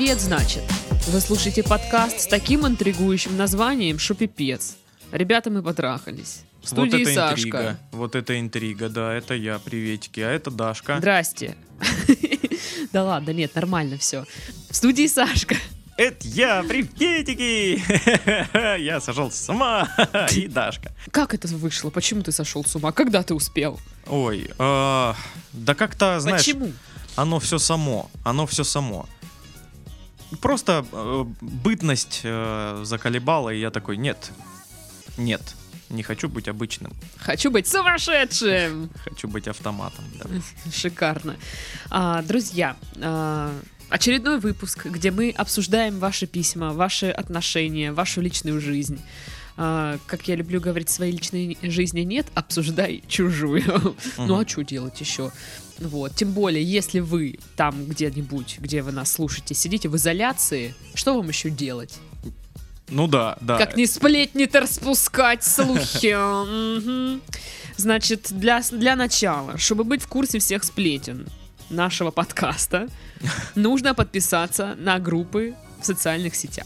Привет, значит. Вы слушаете подкаст с таким интригующим названием, что пипец. Ребята, мы потрахались. В студии вот это Сашка. Интрига. Вот это интрига, да, это я, приветики, а это Дашка. Здрасте. Да ладно, нет, нормально все. В студии Сашка. Это я, приветики! Я сошел с ума, и Дашка. Как это вышло? Почему ты сошел с ума? Когда ты успел? Ой, да как-то, знаешь, Почему? оно все само. Просто бытность заколебала, и я такой, нет, не хочу быть обычным. Хочу быть сумасшедшим! Хочу быть автоматом, да. Шикарно. Друзья, очередной выпуск, где мы обсуждаем ваши письма, ваши отношения, вашу личную жизнь. Как я люблю говорить, своей личной жизни нет, обсуждай чужую. Ну а что делать еще? Вот. Тем более, если вы там где-нибудь, где вы нас слушаете, сидите в изоляции, что вам еще делать? Ну да. Как не сплетни-то распускать слухи. Мгм. Значит, для начала, чтобы быть в курсе всех сплетен нашего подкаста, нужно подписаться на группы в социальных сетях.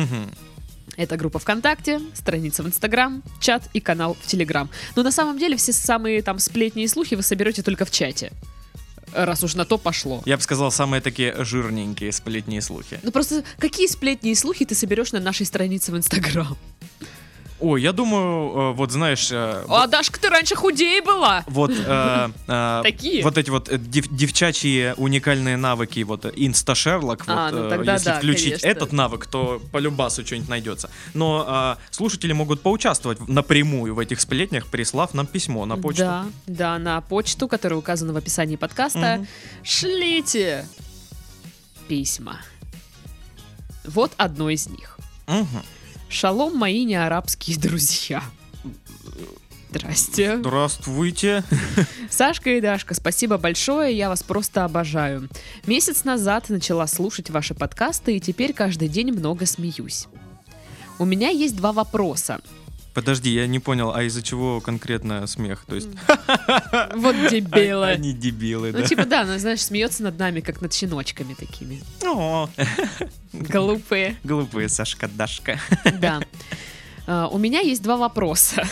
Это группа ВКонтакте, страница в Инстаграм, чат и канал в Телеграм. Но на самом деле все самые там сплетни и слухи вы соберете только в чате. Раз уж на то пошло. Я бы сказал, самые такие жирненькие сплетни и слухи. Ну просто какие сплетни и слухи ты соберешь на нашей странице в Инстаграм? Ой, я думаю, вот знаешь... А, Дашка, ты раньше худее была! Вот Такие? вот эти вот девчачьи уникальные навыки, вот инста-шерлок, Ну тогда если да, включить конечно. этот навык, то по любасу что-нибудь найдется. Но слушатели могут поучаствовать напрямую в этих сплетнях, прислав нам письмо на почту. Да, на почту, которая указана в описании подкаста. Шлите письма. Вот одно из них. Шалом, мои неарабские друзья. Здрасте. Здравствуйте. Сашка и Дашка, спасибо большое, я вас просто обожаю. Месяц назад начала слушать ваши подкасты и теперь каждый день много смеюсь. У меня есть 2 вопроса. Подожди, я не понял, а из-за чего конкретно смех? То есть... Вот дебилы. Они дебилы, да. Ну типа да, ну знаешь, смеется над нами, как над щеночками такими. О, Глупые. глупые Сашка, Дашка. Да. У меня есть 2 вопроса.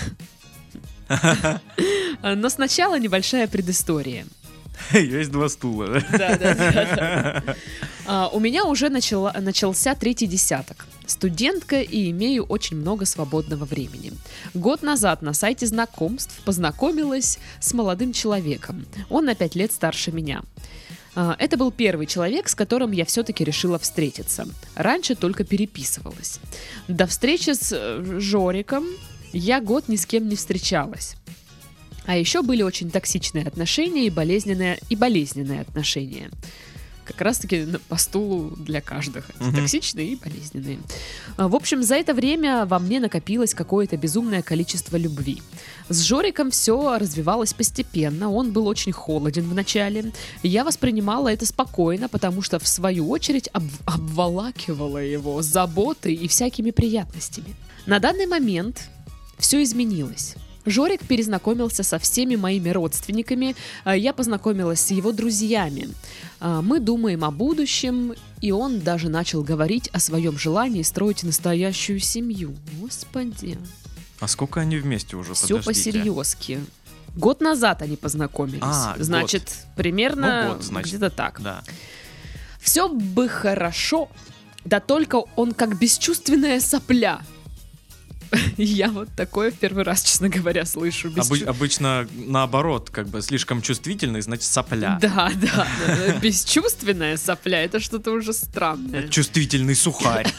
Но сначала небольшая предыстория. Есть 2 стула, да? Да. У меня уже начался 3-й десяток. Студентка и имею очень много свободного времени. Год назад на сайте знакомств познакомилась с молодым человеком. Он на 5 лет старше меня. Это был первый человек, с которым я все-таки решила встретиться. Раньше только переписывалась. До встречи с Жориком я год ни с кем не встречалась. А еще были очень токсичные отношения и болезненные отношения. Как раз-таки по стулу для каждого. Токсичные и болезненные. В общем, за это время во мне накопилось какое-то безумное количество любви. С Жориком все развивалось постепенно. Он был очень холоден в начале. Я воспринимала это спокойно, потому что, в свою очередь, обволакивала его заботой и всякими приятностями. На данный момент все изменилось. Жорик перезнакомился со всеми моими родственниками, я познакомилась с его друзьями. Мы думаем о будущем, и он даже начал говорить о своем желании строить настоящую семью. Господи. А сколько они вместе уже? Все по-серьезки. Год назад они познакомились. Значит, примерно где-то так. Да. Все бы хорошо, да только он как бесчувственная сопля. Я вот такое в первый раз, честно говоря, слышу. Обычно наоборот, как бы слишком чувствительный, значит сопля. Да. Бесчувственная сопля — это что-то уже странное. Чувствительный сухарь.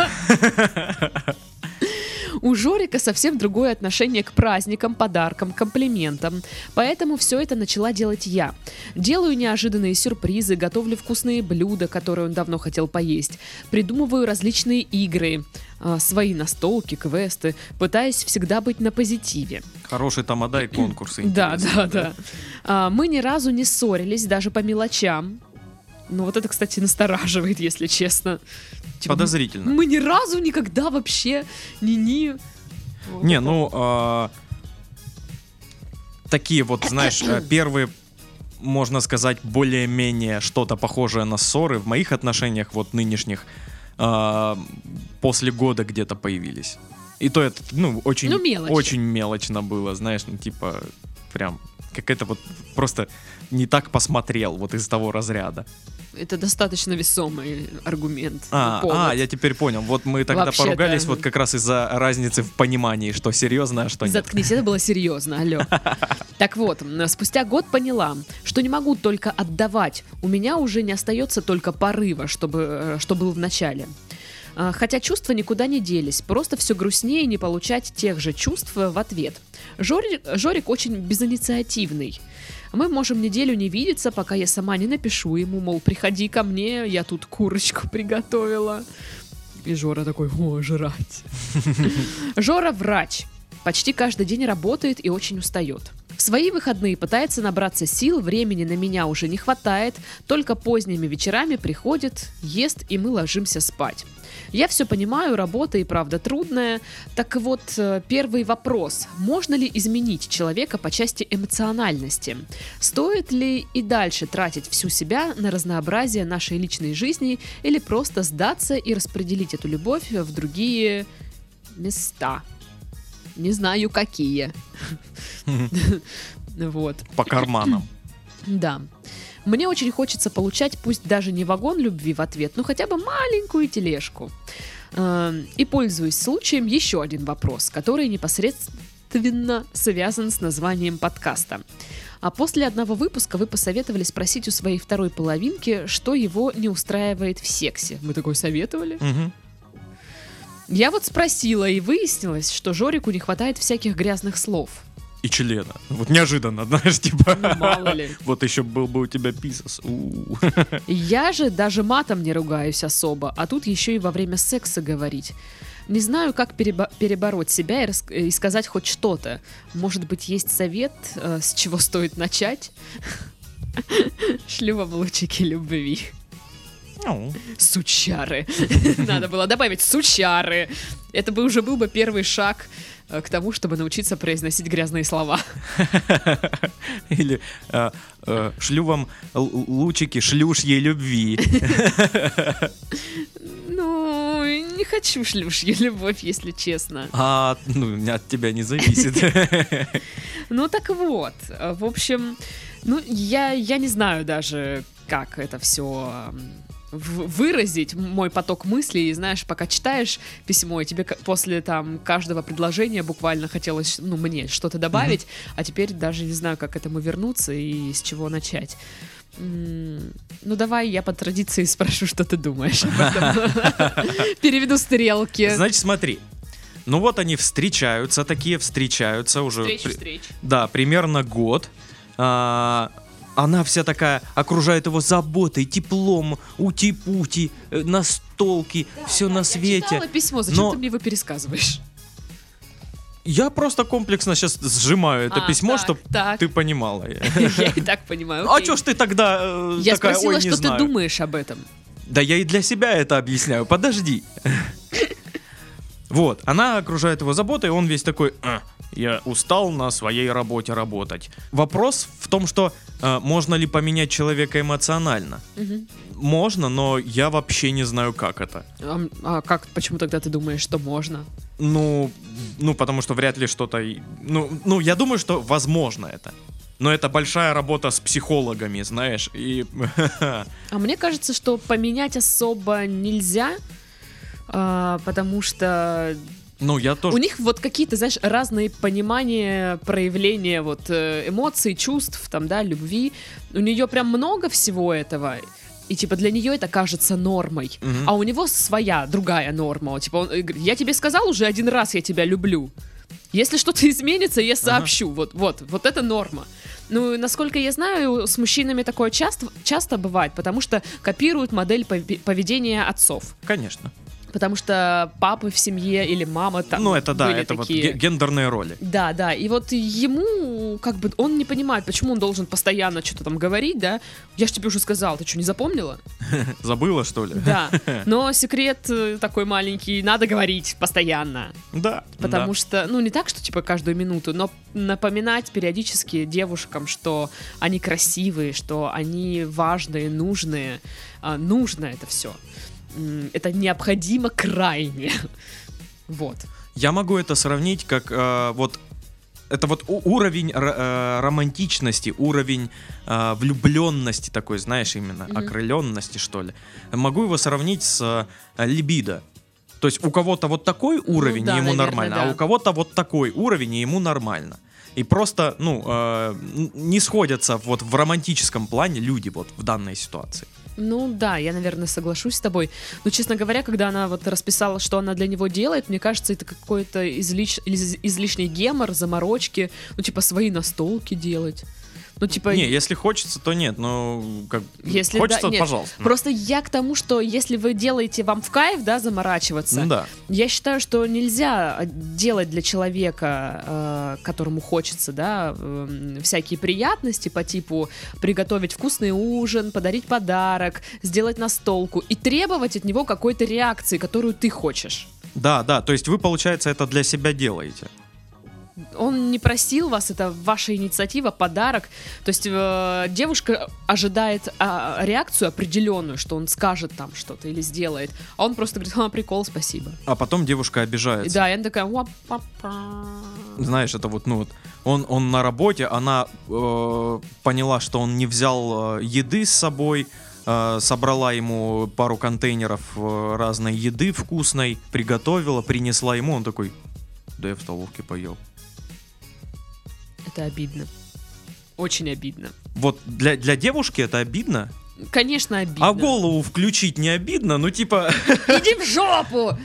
У Жорика совсем другое отношение к праздникам, подаркам, комплиментам. Поэтому все это начала делать я. Делаю неожиданные сюрпризы, готовлю вкусные блюда, которые он давно хотел поесть. Придумываю различные игры, свои настолки, квесты, пытаясь всегда быть на позитиве. Хороший тамада и конкурсы. Да. Мы ни разу не ссорились, даже по мелочам. Ну вот это, кстати, настораживает, если честно. Подозрительно. Мы ни разу никогда вообще не... Не, ну... такие вот, знаешь, первые можно сказать, более-менее что-то похожее на ссоры в моих отношениях, вот нынешних, после года где-то появились. И то это, очень, очень мелочно было, знаешь, типа, прям, какая-то вот просто не так посмотрел, вот из того разряда. Это достаточно весомый аргумент. Я теперь понял. Вот мы тогда вообще поругались вот как раз из-за разницы в понимании, что серьезно, а что нет. Заткнись, это было серьезно, алло. Так вот, спустя год поняла, что не могу только отдавать. У меня уже не остается только порыва, что был в начале. Хотя чувства никуда не делись, просто все грустнее не получать тех же чувств в ответ. Жорик очень безинициативный. Мы можем неделю не видеться, пока я сама не напишу ему, мол, приходи ко мне, я тут курочку приготовила. И Жора такой: о, жрать. Жора врач. Почти каждый день работает и очень устает. В свои выходные пытается набраться сил, времени на меня уже не хватает, только поздними вечерами приходит, ест, и мы ложимся спать. Я все понимаю, работа и правда трудная. Так вот, первый вопрос. Можно ли изменить человека по части эмоциональности? Стоит ли и дальше тратить всю себя на разнообразие нашей личной жизни или просто сдаться и распределить эту любовь в другие места? Не знаю, какие. Вот. По карманам. Да. Мне очень хочется получать, пусть даже не вагон любви в ответ, но хотя бы маленькую тележку. И, пользуясь случаем, еще один вопрос, который непосредственно связан с названием подкаста. А после одного выпуска вы посоветовали спросить у своей второй половинки, что его не устраивает в сексе. Мы такое советовали? Угу. Я вот спросила, и выяснилось, что Жорику не хватает всяких грязных слов. И члена. Вот неожиданно, знаешь, типа... Ну, мало ли. Вот еще был бы у тебя писас. Я же даже матом не ругаюсь особо, а тут еще и во время секса говорить. Не знаю, как перебороть себя и сказать хоть что-то. Может быть, есть совет, с чего стоит начать? Шлю вам лучики любви. Сучары. Надо было добавить сучары. Это бы уже был бы первый шаг к тому, чтобы научиться произносить грязные слова. Или шлю вам лучики шлюшьей любви. Ну, не хочу шлюшью любовь, если честно. От тебя не зависит. Ну так вот, в общем, я не знаю даже, как это все выразить, мой поток мыслей. И знаешь, пока читаешь письмо, и тебе после там каждого предложения буквально хотелось, мне что-то добавить, а теперь даже не знаю, как к этому вернуться и с чего начать. Давай я по традиции спрошу, что ты думаешь. Переведу стрелки. Значит, смотри. Вот они встречаются уже. Встреч. Да, примерно год. Она вся такая окружает его заботой, теплом, ути-пути, настолки, все на свете. Я читала письмо, зачем ты мне его пересказываешь? Я просто комплексно сейчас сжимаю это письмо, чтобы ты понимала. Я и так понимаю. А чё ж ты тогда Я такая, спросила, что знаю. ты думаешь об этом. Да я и для себя это объясняю, подожди. Вот, она окружает его заботой, и он весь такой: я устал на своей работе работать. Вопрос в том, что можно ли поменять человека эмоционально? Угу. Можно, но я вообще не знаю, как это. Почему тогда ты думаешь, что можно? Потому что вряд ли что-то... я думаю, что возможно это. Но это большая работа с психологами, знаешь, и... А мне кажется, что поменять особо нельзя, потому что... я тоже... У них вот какие-то, знаешь, разные понимания, проявления эмоций, чувств, любви. У нее прям много всего этого. И для нее это кажется нормой. А у него своя, другая норма. Он говорит: я тебе сказал уже один раз, я тебя люблю. Если что-то изменится, я сообщу. Вот это норма. Насколько я знаю, с мужчинами такое часто бывает, потому что копируют модель поведения отцов. Конечно. Потому что папы в семье или мама там это были это такие... гендерные роли. Да, и ему как бы он не понимает, почему он должен постоянно что-то там говорить, да? Я ж тебе уже сказала, ты что, не запомнила? Забыла, что ли? Да, но секрет такой маленький, надо говорить постоянно. Да. Потому что, не так, что типа каждую минуту, но напоминать периодически девушкам, что они красивые, что они важные, нужные. Нужно это все. Это необходимо крайне. Вот. Я могу это сравнить как это вот уровень романтичности, уровень влюбленности такой, знаешь, именно окрыленности, что ли. Могу его сравнить с либидо. То есть у кого-то вот такой уровень, и ему наверное, нормально, да. А у кого-то вот такой уровень, и ему нормально. И просто, не сходятся вот в романтическом плане люди вот в данной ситуации. Ну да, я, наверное, соглашусь с тобой. Но, честно говоря, когда она вот расписала, что она для него делает, мне кажется, это какой-то излишний гемор, заморочки. Типа свои настолки делать. Не, если хочется, то нет. Если хочется, нет. Пожалуйста. Просто я к тому, что если вы делаете вам в кайф, да, заморачиваться, да. Я считаю, что нельзя делать для человека, которому хочется, да, всякие приятности по типу приготовить вкусный ужин, подарить подарок, сделать настолку и требовать от него какой-то реакции, которую ты хочешь. Да, то есть вы, получается, это для себя делаете. Он не просил вас, это ваша инициатива, подарок. То есть девушка ожидает реакцию определенную, что он скажет там что-то или сделает. А он просто говорит: прикол, спасибо. А потом девушка обижается. Да, и она такая: знаешь, это он на работе, она поняла, что он не взял еды с собой, собрала ему пару контейнеров разной еды вкусной, приготовила, принесла ему, он такой: да я в столовке поел. Это обидно. Очень обидно. Вот для девушки это обидно? Конечно, обидно. А голову включить не обидно? Иди в жопу!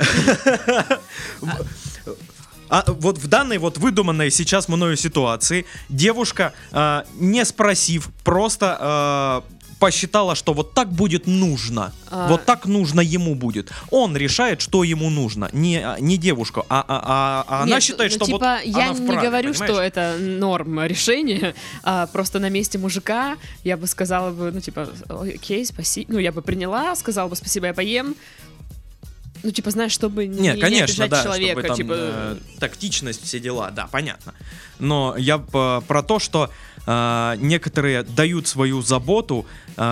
А вот в данной вот выдуманной сейчас мною ситуации девушка, не спросив, просто посчитала, что вот так будет нужно. Вот так нужно ему будет. Он решает, что ему нужно. Не девушка, а она Нет, считает, что типа, вот я она вправе, не говорю, понимаешь? что это норма решения. Просто на месте мужика я бы сказала бы, окей, спасибо. Я бы приняла, сказала бы: спасибо, я поем. Знаешь, чтобы не обижать человека. Чтобы там, тактичность, все дела, да, понятно. Но я про то, что некоторые дают свою заботу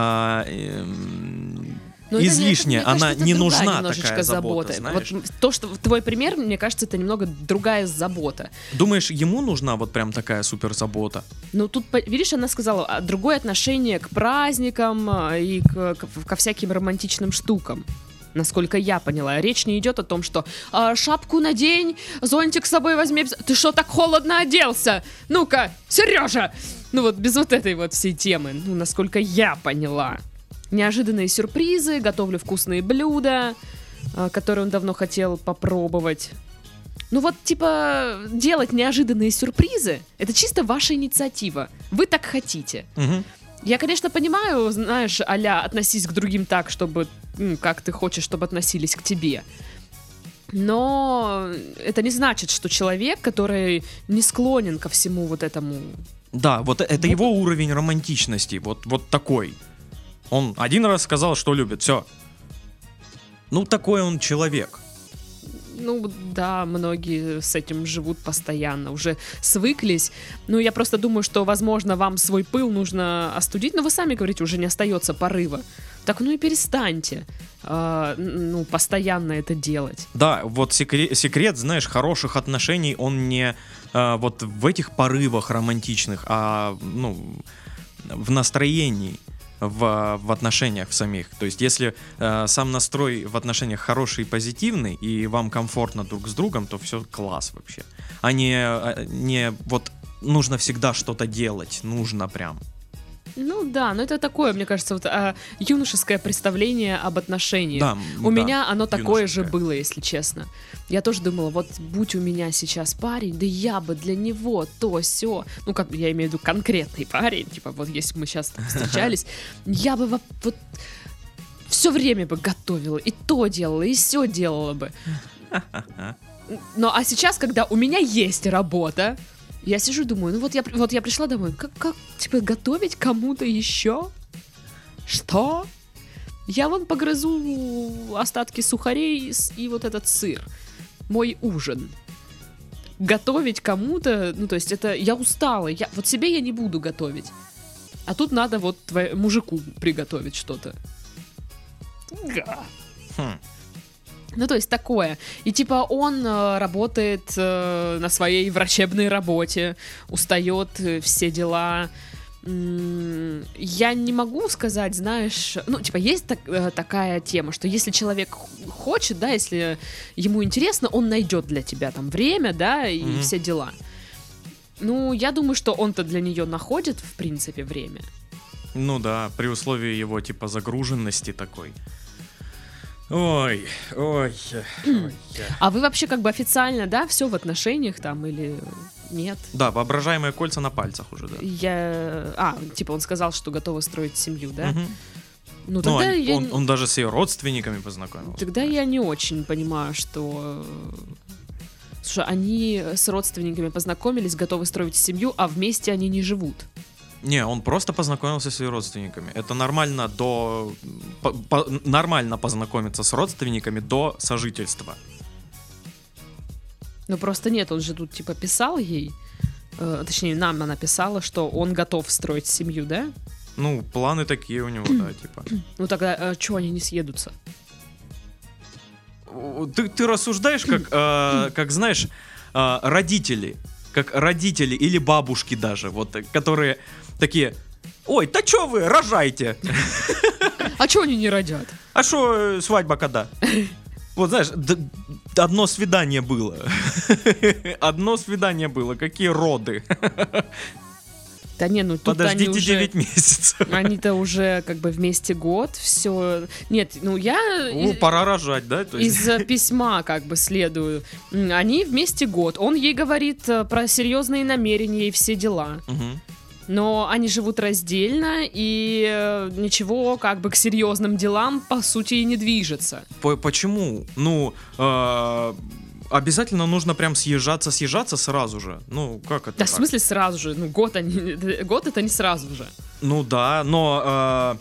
излишне, она не нужна такая забота, знаешь? Вот то, что твой пример, мне кажется, это немного другая забота. Думаешь, ему нужна вот прям такая супер забота? Тут, видишь, она сказала другое отношение к праздникам и ко всяким романтичным штукам. Насколько я поняла, речь не идет о том, что шапку надень, зонтик с собой возьми. Ты что так холодно оделся? Ну-ка, Сережа! Без вот этой вот всей темы, насколько я поняла. Неожиданные сюрпризы, готовлю вкусные блюда, которые он давно хотел попробовать. Делать неожиданные сюрпризы — это чисто ваша инициатива. Вы так хотите. Угу. Я, конечно, понимаю, знаешь, а-ля относись к другим так, чтобы, как ты хочешь, чтобы относились к тебе. Но это не значит, что человек, который не склонен ко всему вот этому... Да, вот это его уровень романтичности, вот такой. Он один раз сказал, что любит, все. Такой он человек. Да, многие с этим живут постоянно, уже свыклись. Я просто думаю, что, возможно, вам свой пыл нужно остудить, но вы сами говорите, уже не остается порыва. Так, и перестаньте постоянно это делать. Да, вот секрет, знаешь, хороших отношений, он не вот в этих порывах романтичных, а в настроении. В отношениях в самих. То есть, если сам настрой в отношениях хороший и позитивный, и вам комфортно друг с другом, то все класс вообще. А не вот нужно всегда что-то делать, нужно прям. Да, но это такое, мне кажется, юношеское представление об отношениях. Да, у меня оно такое же было, если честно. Я тоже думала, вот будь у меня сейчас парень, да я бы для него то, сё. Как я имею в виду конкретный парень, вот если бы мы сейчас встречались, я бы вот все время бы готовила, и то делала, и сё делала бы. А сейчас, когда у меня есть работа, Я сижу, думаю, ну вот я пришла домой, как типа, готовить кому-то еще? Что? Я вон погрызу остатки сухарей и вот этот сыр. Мой ужин. Готовить кому-то, ну, то есть это... Я устала, вот себе я не буду готовить. А тут надо вот мужику приготовить что-то. Ну, то есть такое. И типа он работает на своей врачебной работе, устает, все дела. Я не могу сказать, знаешь, ну, типа, есть такая тема, что если человек хочет, да, если ему интересно, он найдет для тебя там время, да, и все дела. Ну, я думаю, что он-то для нее находит, в принципе, время. Ну да, при условии его, типа, загруженности такой. Ой. А вы вообще как бы официально, да, все в отношениях там или нет? Да, воображаемые кольца на пальцах уже, да. Типа он сказал, что готовы строить семью, да? Угу. Ну, тогда он даже с ее родственниками познакомился. Тогда я не очень понимаю, что... Слушай, они с родственниками познакомились, готовы строить семью, а вместе они не живут. Не, он просто познакомился с ее родственниками. Это нормально нормально познакомиться с родственниками до сожительства. Ну просто нет, он же тут типа писал ей, точнее нам она писала, что он готов строить семью, да? Ну, планы такие у него, да, типа. Ну тогда чего они не съедутся? Ты рассуждаешь как знаешь, родители. Как родители или бабушки даже, вот, которые такие: ой, да чё вы, рожайте. А чё они не родят? А шо свадьба когда? Вот знаешь, одно свидание было. Одно свидание было, какие роды. Да не, ну тут подождите они уже, 9 месяцев. Они-то уже как бы вместе год, все. Нет, ну я... пора рожать, да? То есть... Из письма как бы следую. Они вместе год. Он ей говорит про серьезные намерения и все дела. Угу. Но они живут раздельно, и ничего как бы к серьезным делам, по сути, и не движется. Почему? Ну... Обязательно нужно прям съезжаться сразу же. Ну, как это? Да, в смысле сразу же? Ну, год это не сразу же. Ну да, но...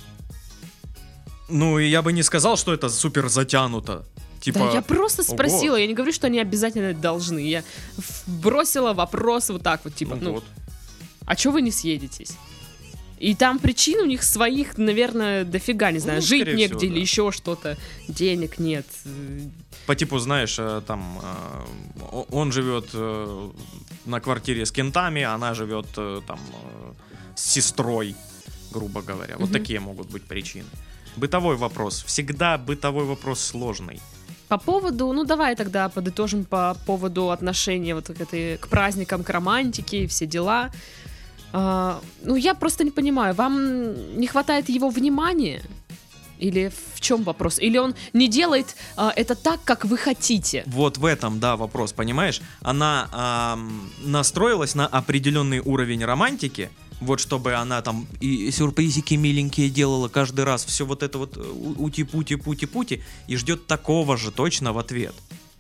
ну, я бы не сказал, что это супер затянуто. Типа... Да, я просто спросила, я не говорю, что они обязательно должны. Я бросила вопрос вот так вот, типа, вот. А чё вы не съедетесь? И там причин у них своих, наверное, дофига, не знаю, жить негде всего, да. Или еще что-то, денег нет. По типу, знаешь, там, он живет на квартире с кентами, она живет там с сестрой, грубо говоря. Вот такие могут быть причины. Бытовой вопрос. Всегда бытовой вопрос сложный. По поводу, ну давай тогда подытожим по поводу отношения вот к праздникам, к романтике и все дела. Ну, я просто не понимаю, вам не хватает его внимания? Или в чем вопрос? Или он не делает это так, как вы хотите? Вот в этом, да, вопрос, понимаешь? Она настроилась на определенный уровень романтики, вот чтобы она там и сюрпризики миленькие делала каждый раз, все вот это вот ути-пути, и ждет такого же точно в ответ.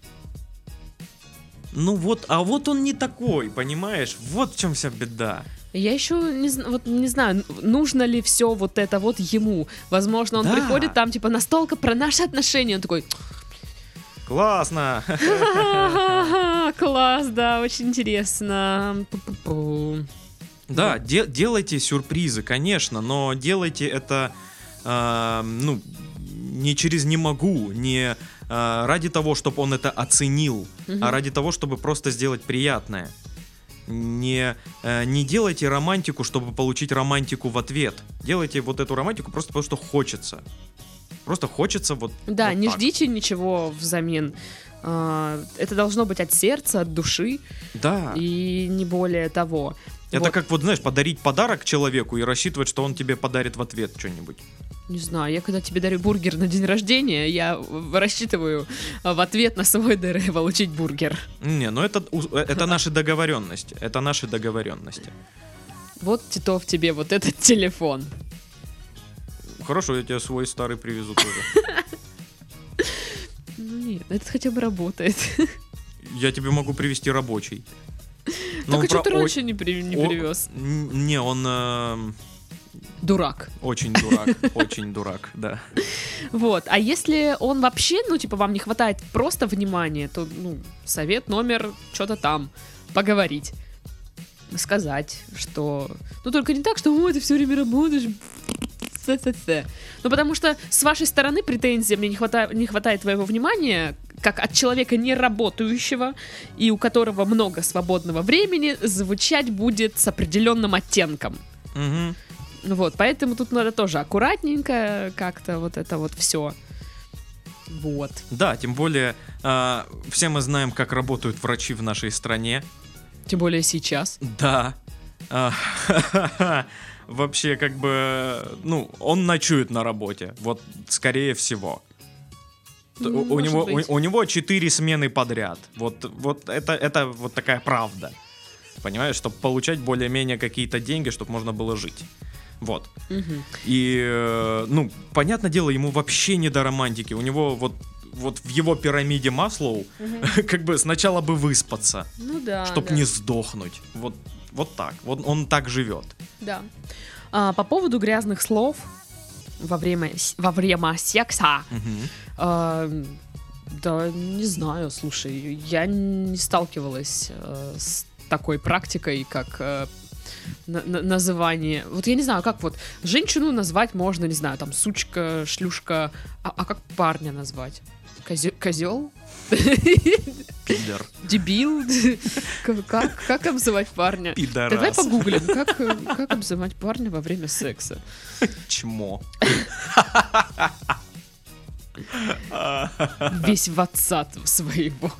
Ну вот, а вот он не такой, понимаешь? Вот в чем вся беда. Я еще не знаю, нужно ли все вот это вот ему. Возможно, он приходит там, типа, настолько про наши отношения, он такой... Классно! Класс, да, очень интересно. Да, делайте сюрпризы, конечно, но делайте это, ну, не через «не могу», не ради того, чтобы он это оценил, а ради того, чтобы просто сделать приятное. Не делайте романтику, чтобы получить романтику в ответ. Делайте вот эту романтику просто потому, что хочется. Просто хочется вот. Да, вот не так. Ждите ничего взамен. Это должно быть от сердца, от души. Да. И не более того. Это вот. как вот, знаешь, подарить подарок человеку и рассчитывать, что он тебе подарит в ответ что-нибудь. Не знаю, я когда тебе дарю бургер на день рождения, я рассчитываю в ответ на свой ДР получить бургер. Не, ну это наши договоренности. Это наши договоренности. Вот, Титов, тебе вот этот телефон. Хорошо, я тебе свой старый привезу тоже. Ну нет, этот хотя бы работает. Я тебе могу привезти рабочий. Так а что ты раньше не привез? Не, он... Дурак. Очень дурак, очень дурак, да. Вот, а если он вообще, ну, типа, вам не хватает просто внимания, то, ну, совет номер что-то там, поговорить. Сказать, что... Ну, только не так, что, ой, ты все время работаешь... Ну, потому что с вашей стороны претензия, мне не хватает твоего внимания, как от человека не работающего и у которого много свободного времени, звучать будет с определенным оттенком. Угу. Вот, поэтому тут надо тоже аккуратненько как-то вот это вот все. Вот. Да, тем более все мы знаем, как работают врачи в нашей стране. Тем более сейчас. Да. Вообще, как бы, ну, он ночует на работе. Вот, скорее всего. У него 4 смены подряд. Вот это вот такая правда. Понимаешь, чтобы получать более-менее какие-то деньги, чтобы можно было жить. Вот. Угу. И, ну, понятное дело, ему вообще не до романтики. У него вот в его пирамиде Маслоу как бы сначала бы выспаться, ну, да, чтобы не сдохнуть. Вот так. Вот он так живет. Да. По поводу грязных слов во время секса. Да, не знаю, слушай, я не сталкивалась с такой практикой, как называние. Вот я не знаю, как вот женщину назвать можно, не знаю, там сучка, шлюшка, а как парня назвать? Козел? Пидор. Дебил? Как обзывать парня? Пидорас. Давай погуглим, как обзывать парня во время секса. Чмо. Весь в отца своего.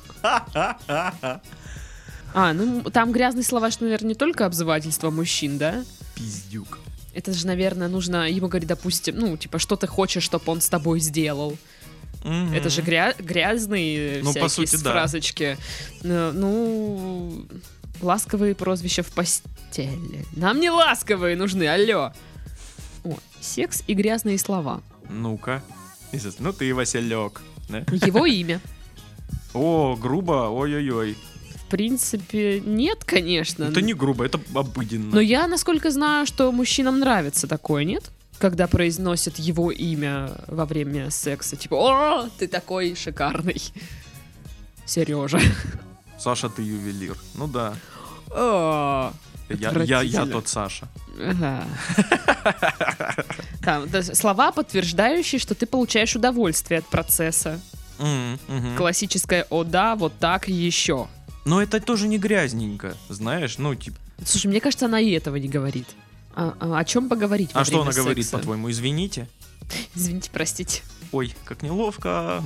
Ну там грязные слова, что, наверное, не только обзывательство мужчин, да? Пиздюк. Это же, наверное, нужно ему говорить, допустим, ну, типа, что ты хочешь, чтобы он с тобой сделал. Mm-hmm. Это же грязные всякие по сути, фразочки. Да. Ну, ласковые прозвища в постели. Нам не ласковые нужны, алло. О, секс и грязные слова. Ну-ка. Ну ты, Василек. Да? Его имя. О, грубо, ой-ой-ой. В принципе, нет, конечно. Это не грубо, это обыденно. Но я, насколько знаю, что мужчинам нравится такое, нет? Когда произносят его имя во время секса. Типа, о, ты такой шикарный. Сережа. Саша, ты ювелир. Ну да. О, я тот Саша. Ага. Там слова, подтверждающие, что ты получаешь удовольствие от процесса. Классическое «о да, вот так и еще». Но это тоже не грязненько, знаешь, ну типа... Слушай, мне кажется, она и этого не говорит. О чем поговорить во время что она секса? говорит, по-твоему? Извините? Извините, простите. Ой, как неловко.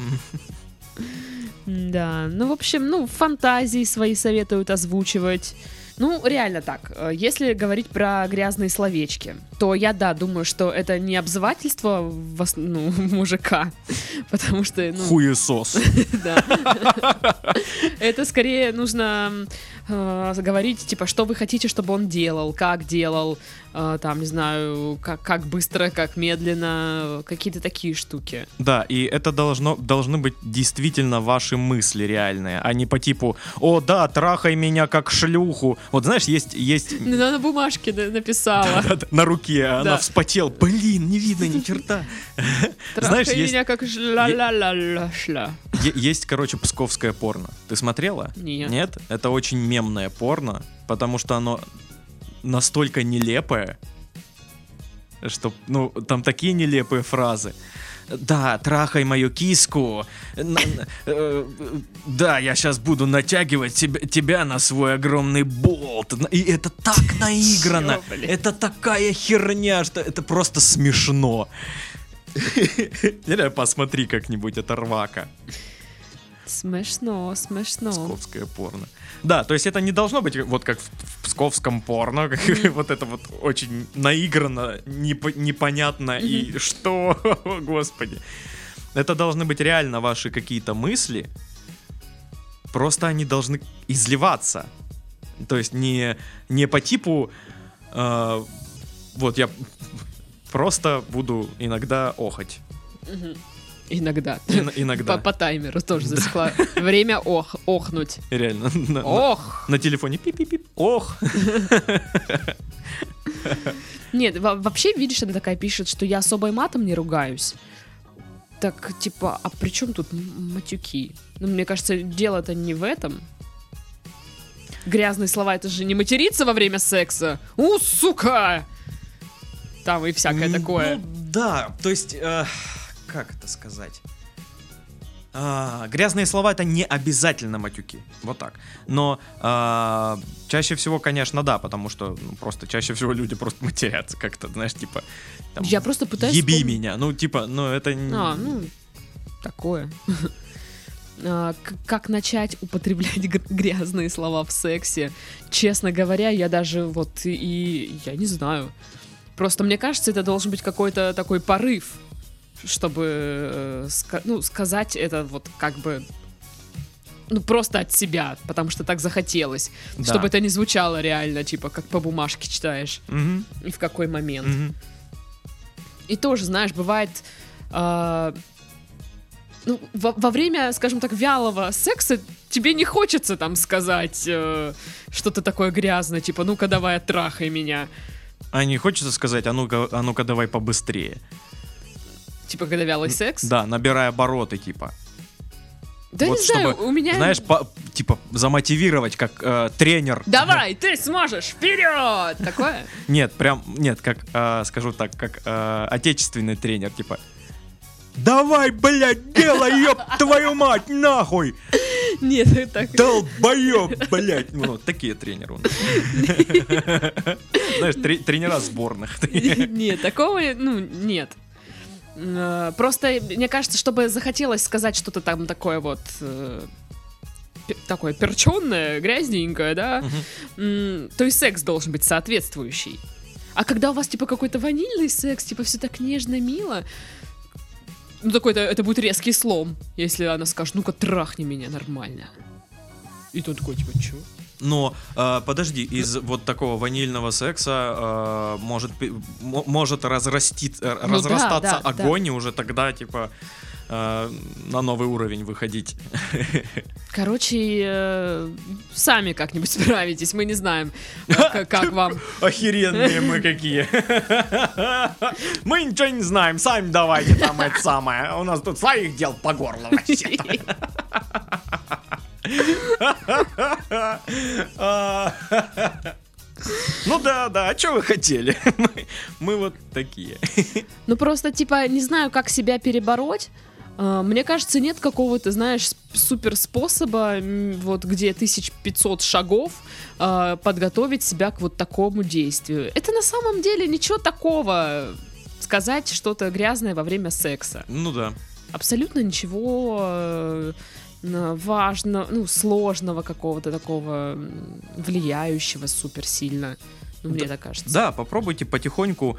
Да, ну, в общем, фантазии свои советуют озвучивать. Ну, реально так. Если говорить про грязные словечки, то я, да, думаю, что это не обзывательство мужика, потому что... Хуесос. Да. Это скорее нужно говорить, типа, что вы хотите, чтобы он делал, там, не знаю, как быстро, как медленно, какие-то такие штуки. Да, и это должны быть действительно ваши мысли реальные, а не по типу «О, да, трахай меня как шлюху». Вот знаешь, есть... Она на бумажке написала. На руке, она вспотела. Блин, не видно ни черта. Трахай меня как шла-ла-ла-ла-шла. Есть, короче, псковское порно. Ты смотрела? Нет. Нет? Это очень мемное порно, потому что оно настолько нелепое, что, там такие нелепые фразы. Да, трахай мою киску. Да, я сейчас буду натягивать тебя на свой огромный болт. И это так наиграно. Это такая херня, что это просто смешно. Посмотри как-нибудь, это рвака. Смешно. Псковское порно. Да, то есть это не должно быть вот как в псковском порно, вот это вот очень наигранно, непонятно и что, господи. Это должны быть реально ваши какие-то мысли, просто они должны изливаться. То есть не по типу вот я просто буду иногда охать. Иногда. Иногда. По таймеру тоже засекла. Время охнуть. Реально. Ох! На телефоне пип-пип-пип. Ох! Нет, вообще, видишь, она такая пишет, что я особо и матом не ругаюсь. Так, типа, а при чем тут матюки? Ну, мне кажется, дело-то не в этом. Грязные слова, это же не материться во время секса. Сука! Там и всякое такое. Ну, да, то есть, как это сказать? Грязные слова — это не обязательно матюки, вот так. Но чаще всего, конечно, да, потому что просто чаще всего люди просто матерятся как-то, знаешь, типа... Там, я просто пытаюсь... Еби меня, ну, типа, ну, это... Такое. Как начать употреблять грязные слова в сексе? Честно говоря, я даже я не знаю. Просто мне кажется, это должен быть какой-то такой порыв, чтобы сказать это вот как бы просто от себя, потому что так захотелось, да. Чтобы это не звучало реально, типа как по бумажке читаешь, и в какой момент. И тоже, знаешь, бывает во время, скажем так, вялого секса тебе не хочется там сказать что-то такое грязное, типа ну-ка давай оттрахай меня. А не хочется сказать, а ну-ка давай побыстрее. Типа, когда вялый секс? Да, набирая обороты, типа. Да вот не чтобы, знаю, у меня... Знаешь, типа, замотивировать, как тренер. Давай, ты сможешь, вперед! Такое? Нет, как, скажу так, как отечественный тренер, типа. Давай, блядь, делай, ёб твою мать, нахуй! Нет, так... Долбоёб, блядь! Ну, такие тренеры. Знаешь, тренера сборных. Нет, такого, нет. Просто, мне кажется, чтобы захотелось сказать что-то там такое вот... такое перчённое, грязненькое, да? То и секс должен быть соответствующий. А когда у вас, типа, какой-то ванильный секс, типа, все так нежно, мило... Ну, такой-то, это будет резкий слом, если она скажет, ну-ка, трахни меня нормально. И тот такой, типа, чё? Но, подожди, из вот такого ванильного секса может разрастаться огонь, и уже тогда, типа, на новый уровень выходить. Короче, сами как-нибудь справитесь, мы не знаем, как вам. Охеренные мы какие. Мы ничего не знаем, сами давайте там это самое. У нас тут своих дел по горло вообще-то. Ну да, а что вы хотели? Мы вот такие. Ну просто, типа, не знаю, как себя перебороть. Мне кажется, нет какого-то, знаешь, супер способа, вот где 1500 шагов, подготовить себя к вот такому действию. Это на самом деле ничего такого, сказать что-то грязное во время секса. Ну да. Абсолютно ничего важного, сложного какого-то такого влияющего супер сильно. Мне так кажется. Да, попробуйте потихоньку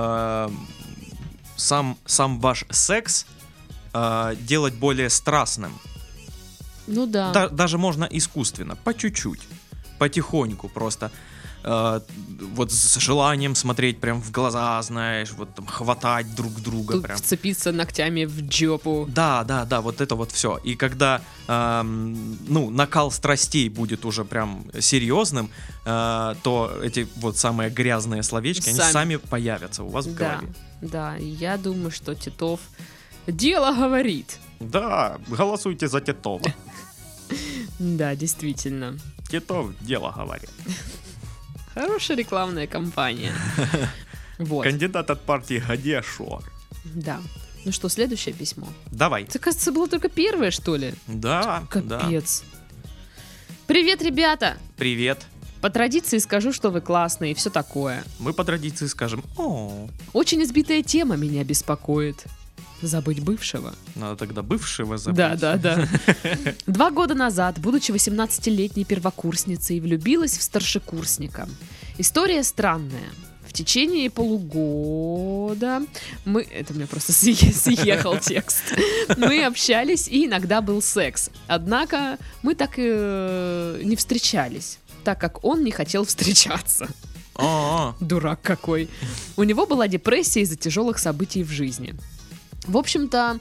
сам ваш секс делать более страстным. Ну да. Даже можно искусственно, по чуть-чуть, потихоньку просто. Вот с желанием смотреть прям в глаза, знаешь, вот там хватать друг друга. Тут прям. Вцепиться ногтями в жопу. Да, вот это вот все. И когда, накал страстей будет уже прям серьезным, то эти вот самые грязные словечки, они сами появятся у вас в голове. Да, я думаю, что Титов дело говорит. Да, голосуйте за Титова. Да, действительно. Титов дело говорит. Хорошая рекламная кампания. Вот. Кандидат от партии Гадешор. Да. Ну что, следующее письмо? Давай. Это, кажется, было только первое, что ли? Да. Капец. Да. Привет, ребята. Привет. По традиции скажу, что вы классные и все такое. Мы по традиции скажем: о. Очень избитая тема меня беспокоит. Забыть бывшего. Надо тогда бывшего забыть. Да. 2 года назад, будучи 18-летней первокурсницей, влюбилась в старшекурсника. История странная. В течение полугода это у меня просто съехал текст. Мы общались, и иногда был секс. Однако мы так и не встречались, так как он не хотел встречаться. Дурак какой. У него была депрессия из-за тяжелых событий в жизни. В общем-то,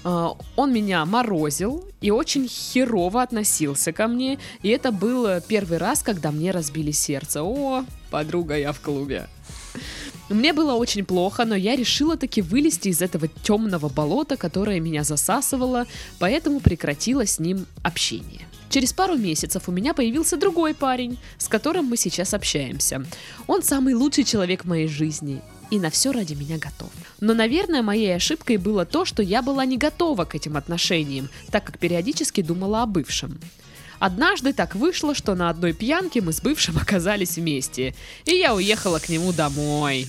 Он меня морозил и очень херово относился ко мне. И это был первый раз, когда мне разбили сердце. О, подруга, я в клубе. Мне было очень плохо, но я решила таки вылезти из этого темного болота, которое меня засасывало, поэтому прекратила с ним общение. Через пару месяцев у меня появился другой парень, с которым мы сейчас общаемся. Он самый лучший человек в моей жизни и на все ради меня готов. Но, наверное, моей ошибкой было то, что я была не готова к этим отношениям, так как периодически думала о бывшем. Однажды так вышло, что на одной пьянке мы с бывшим оказались вместе, и я уехала к нему домой.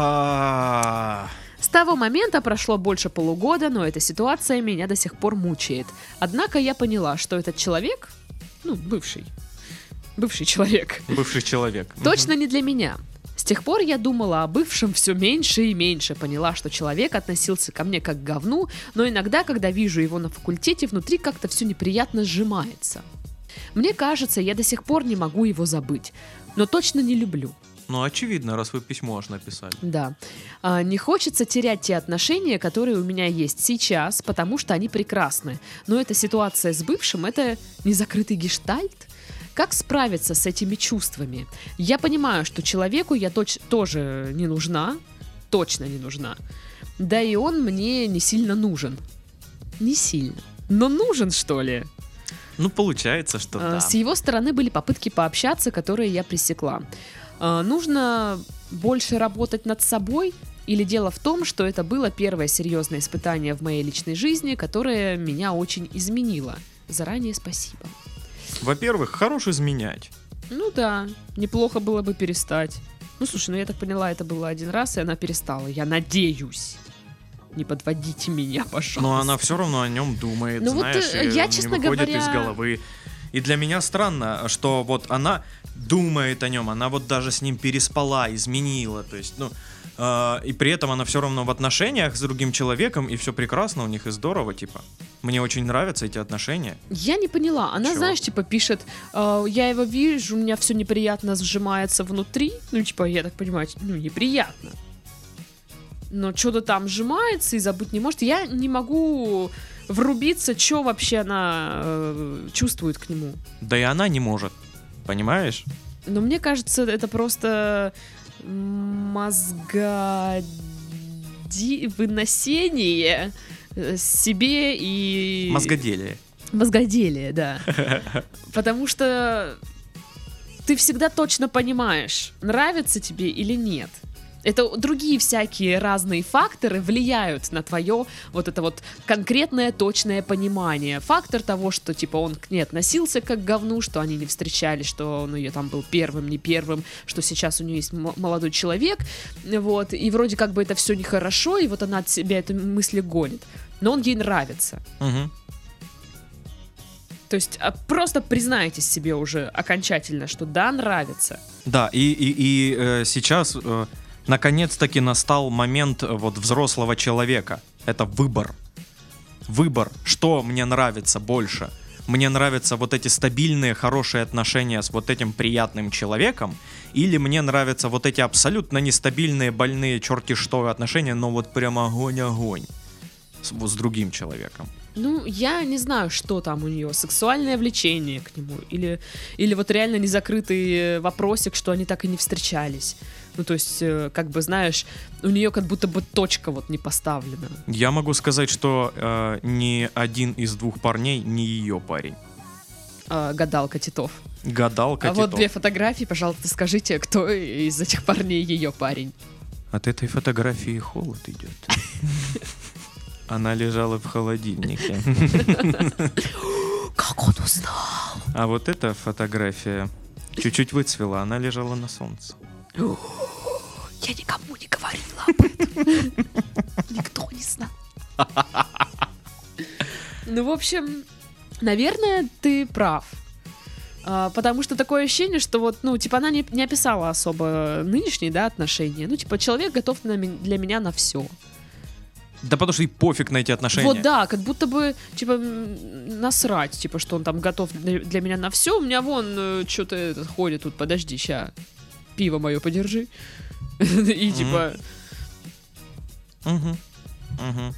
С того момента прошло больше полугода, но эта ситуация меня до сих пор мучает. Однако я поняла, что этот человек, бывший человек, точно не для меня. С тех пор я думала о бывшем все меньше и меньше, поняла, что человек относился ко мне как к говну, но иногда, когда вижу его на факультете, внутри как-то все неприятно сжимается. Мне кажется, я до сих пор не могу его забыть, но точно не люблю. Очевидно, раз вы письмо аж написали. Да. Не хочется терять те отношения, которые у меня есть сейчас, потому что они прекрасны. Но эта ситуация с бывшим — это незакрытый гештальт. Как справиться с этими чувствами? Я понимаю, что человеку я тоже не нужна, точно не нужна. Да и он мне не сильно нужен. Не сильно. Но нужен, что ли? Получается, что да. С его стороны были попытки пообщаться, которые я пресекла. Нужно больше работать над собой? Или дело в том, что это было первое серьезное испытание в моей личной жизни, которое меня очень изменило? Заранее спасибо. Во-первых, хорош изменять. Да, неплохо было бы перестать. Слушай, я так поняла, это было один раз, и она перестала. Я надеюсь. Не подводите меня, пожалуйста. Но она все равно о нем думает, знаешь, я, не честно выходит говоря... из головы. И для меня странно, что она думает о нем, она даже с ним переспала, изменила, то есть, и при этом она все равно в отношениях с другим человеком, и все прекрасно у них, и здорово, Мне очень нравятся эти отношения. Я не поняла. Она, знаешь, пишет, я его вижу, у меня все неприятно сжимается внутри. Я так понимаю, неприятно. Но что-то там сжимается и забыть не может. Я не могу врубиться, что вообще она чувствует к нему. Да и она не может, понимаешь? Но мне кажется, это просто выносение себе и... Мозгоделие, да. Потому что ты всегда точно понимаешь, нравится тебе или нет. Это другие всякие разные факторы влияют на твое это конкретное точное понимание. Фактор того, что он к ней относился как к говну, что они не встречались, что он ее там был первым, не первым, что сейчас у нее есть молодой человек, и вроде как бы это все нехорошо, и она от себя эту мысль гонит. Но он ей нравится. Угу. То есть просто признайтесь себе уже окончательно, что да, нравится. Да, и сейчас... Наконец-таки настал момент взрослого человека. Это выбор. Выбор, что мне нравится больше. Мне нравятся эти стабильные, хорошие отношения с этим приятным человеком, или мне нравятся эти абсолютно нестабильные, больные, черти что отношения, но прям огонь-огонь с другим человеком. Я не знаю, что там у нее, сексуальное влечение к нему, или реально незакрытый вопросик, что они так и не встречались. То есть, знаешь, у нее как будто бы точка не поставлена. Я могу сказать, что ни один из двух парней не ее парень. Гадалка Титов. Гадалка Титов. А 2 фотографии, пожалуйста, скажите, кто из этих парней ее парень. От этой фотографии холод идет. Она лежала в холодильнике. Как он узнал? А эта фотография чуть-чуть выцвела, она лежала на солнце. Я никому не говорила об этом. Никто не знал. В общем, наверное, ты прав. Потому что такое ощущение, что она не описала особо нынешние, отношения. Человек готов для меня на все. Да потому что и пофиг на эти отношения. Да, как будто бы, насрать, что он там готов для меня на все. У меня что-то ходит тут, подожди, ща, пиво мое подержи. И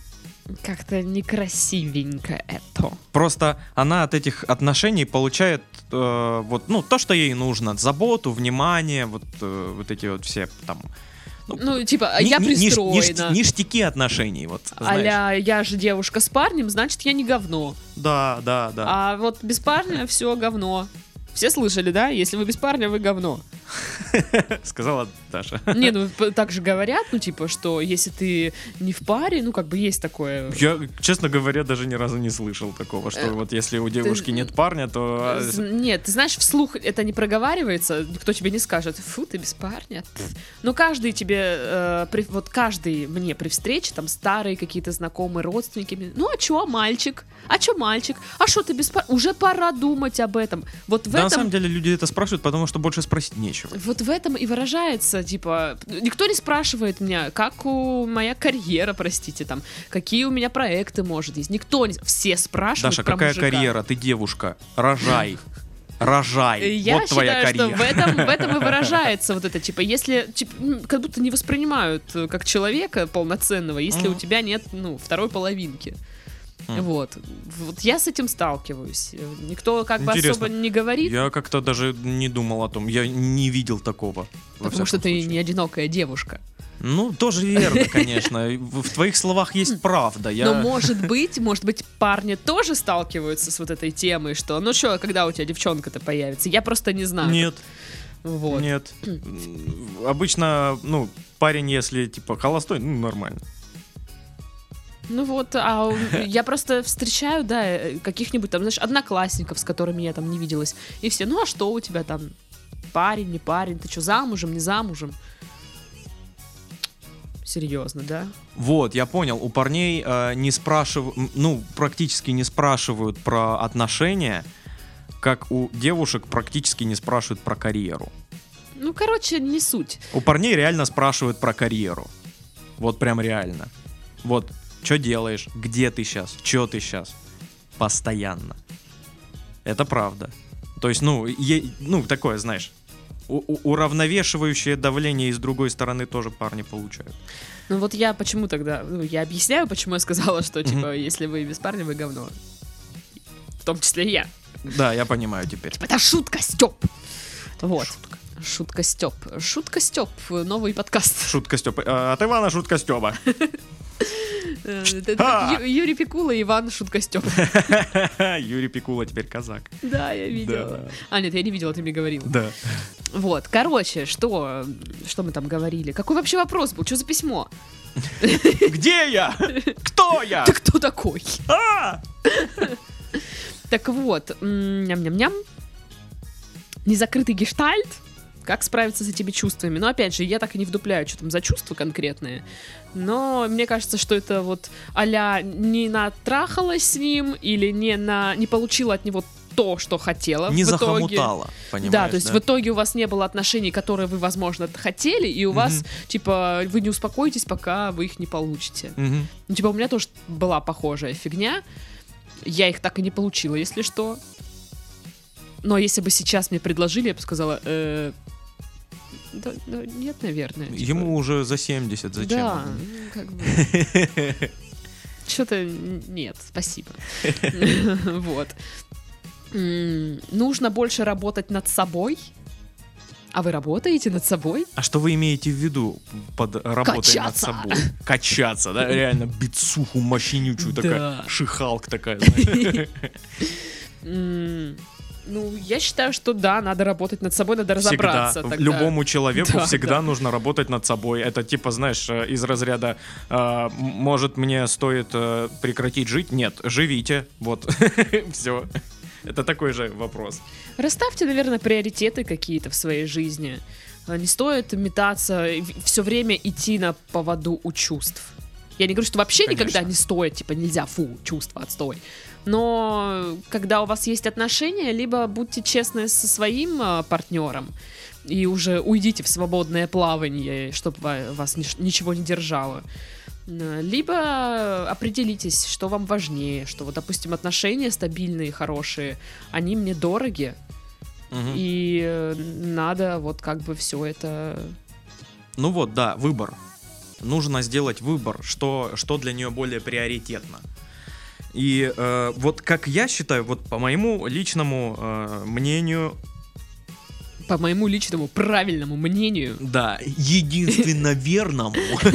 Как-то некрасивенько это. Просто она от этих отношений получает вот, ну, то, что ей нужно. Заботу, внимание, вот эти вот все там... Ну, типа, я пристроена. Ништяки отношений, вот, а-ля, я же девушка с парнем, значит, я не говно. Да. А вот без парня все говно. Все слышали, да? Если вы без парня, вы говно. Сказала Даша. Не, ну так же говорят, ну типа, что если ты не в паре, ну как бы есть такое. Я, честно говоря, даже ни разу не слышал такого, что вот если у девушки нет парня, то... Нет, ты знаешь, вслух это не проговаривается, никто тебе не скажет, фу, ты без парня. Но каждый тебе, вот каждый мне при встрече, там старые какие-то знакомые, родственники, ну а чё, мальчик? А чё, мальчик? А что ты без парня? Уже пора думать об этом. Вот в да, этом... на самом деле люди это спрашивают, потому что больше спросить нечего. Вот в этом и выражается, типа, никто не спрашивает меня, как моя карьера, простите, там, какие у меня проекты, может, есть. Никто не... Все спрашивают Даша, про какая мужика. карьера? Ты девушка. Рожай. Рожай. Я вот твоя считаю, карьера. что в этом и выражается вот это, типа, если, типа, как будто не воспринимают как человека полноценного, если у тебя нет, ну, второй половинки. Вот я с этим сталкиваюсь. Никто как бы особо не говорит. Я как-то даже не думал о том. Я не видел такого. Потому что ты не одинокая девушка. Ну, тоже верно, конечно. В твоих словах есть правда. Но может быть, парни тоже сталкиваются с вот этой темой, что, ну что, когда у тебя девчонка-то появится? Я просто не знаю. Нет. Вот. Нет. Обычно, ну, парень, если, типа, холостой, ну, нормально. Ну вот, а я просто встречаю, да, каких-нибудь там, знаешь, одноклассников, с которыми я там не виделась, и все, ну а что у тебя там, парень, не парень, ты что, замужем, не замужем? Серьезно, да? Вот, я понял, у парней не спрашивают, ну, практически не спрашивают про отношения, как у девушек практически не спрашивают про карьеру. Ну, короче, не суть. У парней реально спрашивают про карьеру. Вот прям реально. Вот. Что делаешь? Где ты сейчас? Че ты сейчас? Постоянно. Это правда. То есть, ну, такое, знаешь, уравновешивающее давление и с другой стороны тоже парни получают. Ну вот я почему тогда, я объясняю, почему я сказала, что, типа, если вы без парня, вы говно. В том числе и я. Да, я понимаю теперь. Типа, это шутка, Степ. Вот. Шутка Степ. Шутка Степ. Новый подкаст. Шутка Степ. От Ивана Шутка Стеба. Юрий Пикула и Иван Шутка Степ. Юрий Пикула теперь казак. Да, я видела. А, нет, я не видела, ты мне говорил. Да. Вот, короче, что мы там говорили? Какой вообще вопрос был? Что за письмо? Где я? Кто я? Ты кто такой? Так вот, ням-ням-ням. Незакрытый гештальт. Как справиться с этими чувствами? Но опять же, я так и не вдупляю, что там за чувства конкретные. Но мне кажется, что это вот а-ля не натрахалась с ним или не получила от него то, что хотела. Не захомутала, понимаешь, да, то есть в итоге у вас не было отношений, которые вы, возможно, хотели, и у вас, типа, вы не успокоитесь, пока вы их не получите. Ну, типа, у меня тоже была похожая фигня. Я их так и не получила, если что. Но если бы сейчас мне предложили, я бы сказала, да, нет, наверное. Типа... Ему уже за 70, зачем? Да, как бы... Что-то нет, спасибо. Вот. Нужно больше работать над собой. А вы работаете над собой? А что вы имеете в виду под работой над собой? Качаться, да? Реально бицуху мощнючую, такая шихалка такая. Ну, я считаю, что да, надо работать над собой, надо разобраться. Всегда. Любому человеку всегда нужно работать над собой. Это типа, знаешь, из разряда может, мне стоит прекратить жить? Нет, живите. Вот. Все. Это такой же вопрос. Расставьте, наверное, приоритеты какие-то в своей жизни. Не стоит метаться, все время идти на поводу у чувств. Я не говорю, что вообще никогда не стоит, типа нельзя, фу, чувства, отстой. Но когда у вас есть отношения, либо будьте честны со своим партнером и уже уйдите в свободное плавание, чтобы вас ничего не держало. Либо определитесь, что вам важнее, что вот, допустим, отношения стабильные, хорошие, они мне дороги, и надо вот как бы все это... Ну вот, да, выбор. нужно сделать выбор, что для нее более приоритетно. И вот как я считаю, вот по моему личному мнению... По моему личному правильному мнению. Да, единственно верному.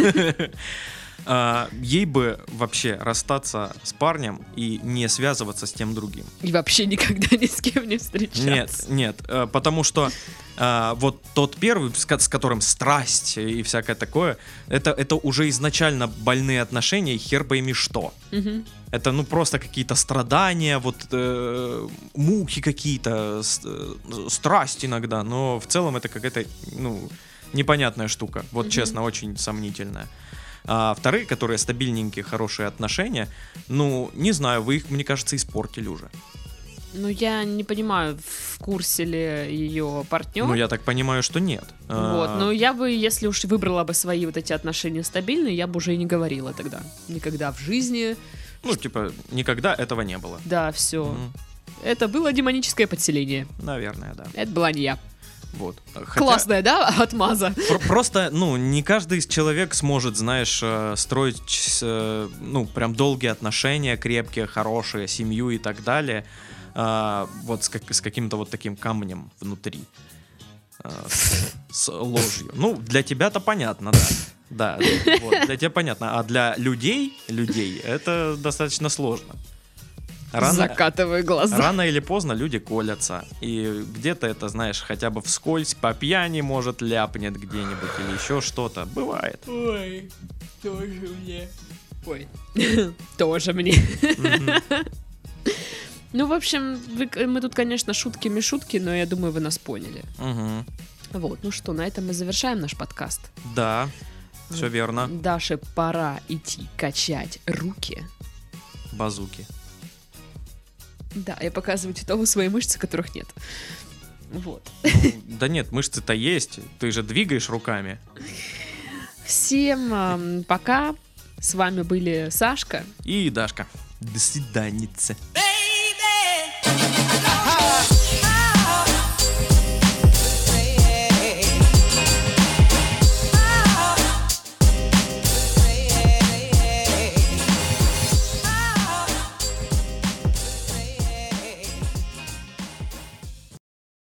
Ей бы вообще расстаться с парнем и не связываться с тем другим. И вообще никогда ни с кем не встречаться. Нет, потому что вот тот первый, с которым страсть и всякое такое, это уже изначально больные отношения, и хер пойми что. Угу. Это ну просто какие-то страдания, вот муки какие-то, страсть иногда, но в целом это какая-то ну непонятная штука. Вот честно, очень сомнительная. А вторые, которые стабильненькие, хорошие отношения, ну, не знаю, вы их, мне кажется, испортили уже. Ну, я не понимаю, в курсе ли ее партнер. Ну, я так понимаю, что нет. Вот, но я бы, если уж выбрала бы свои вот эти отношения стабильные, я бы уже и не говорила тогда. Никогда в жизни. Ну, типа, никогда этого не было. Да, все. Это было демоническое подселение. Наверное, да. Это была не я. Вот. Классная, да, отмаза? Просто, ну, не каждый человек сможет, знаешь, строить, ну, прям долгие отношения, крепкие, хорошие, семью и так далее, вот с каким-то вот таким камнем внутри, с ложью. Ну, для тебя-то понятно, да. Да, вот, для тебя понятно. А для людей это достаточно сложно. Закатываю глаза. Рано или поздно люди колятся. И где-то это, знаешь, хотя бы вскользь по пьяни, может, ляпнет где-нибудь или еще что-то. Бывает. Ой, тоже мне. Ой, тоже мне. Ну, в общем, мы тут, конечно, шутки, но я думаю, вы нас поняли. Вот, ну что, на этом мы завершаем наш подкаст. Да, все верно. Даше пора идти качать руки. Базуки. Да, я показываю Титову свои мышцы, которых нет. Вот. Ну, да нет, мышцы-то есть. Ты же двигаешь руками. Всем пока. С вами были Сашка и Дашка. До свиданицы. Baby.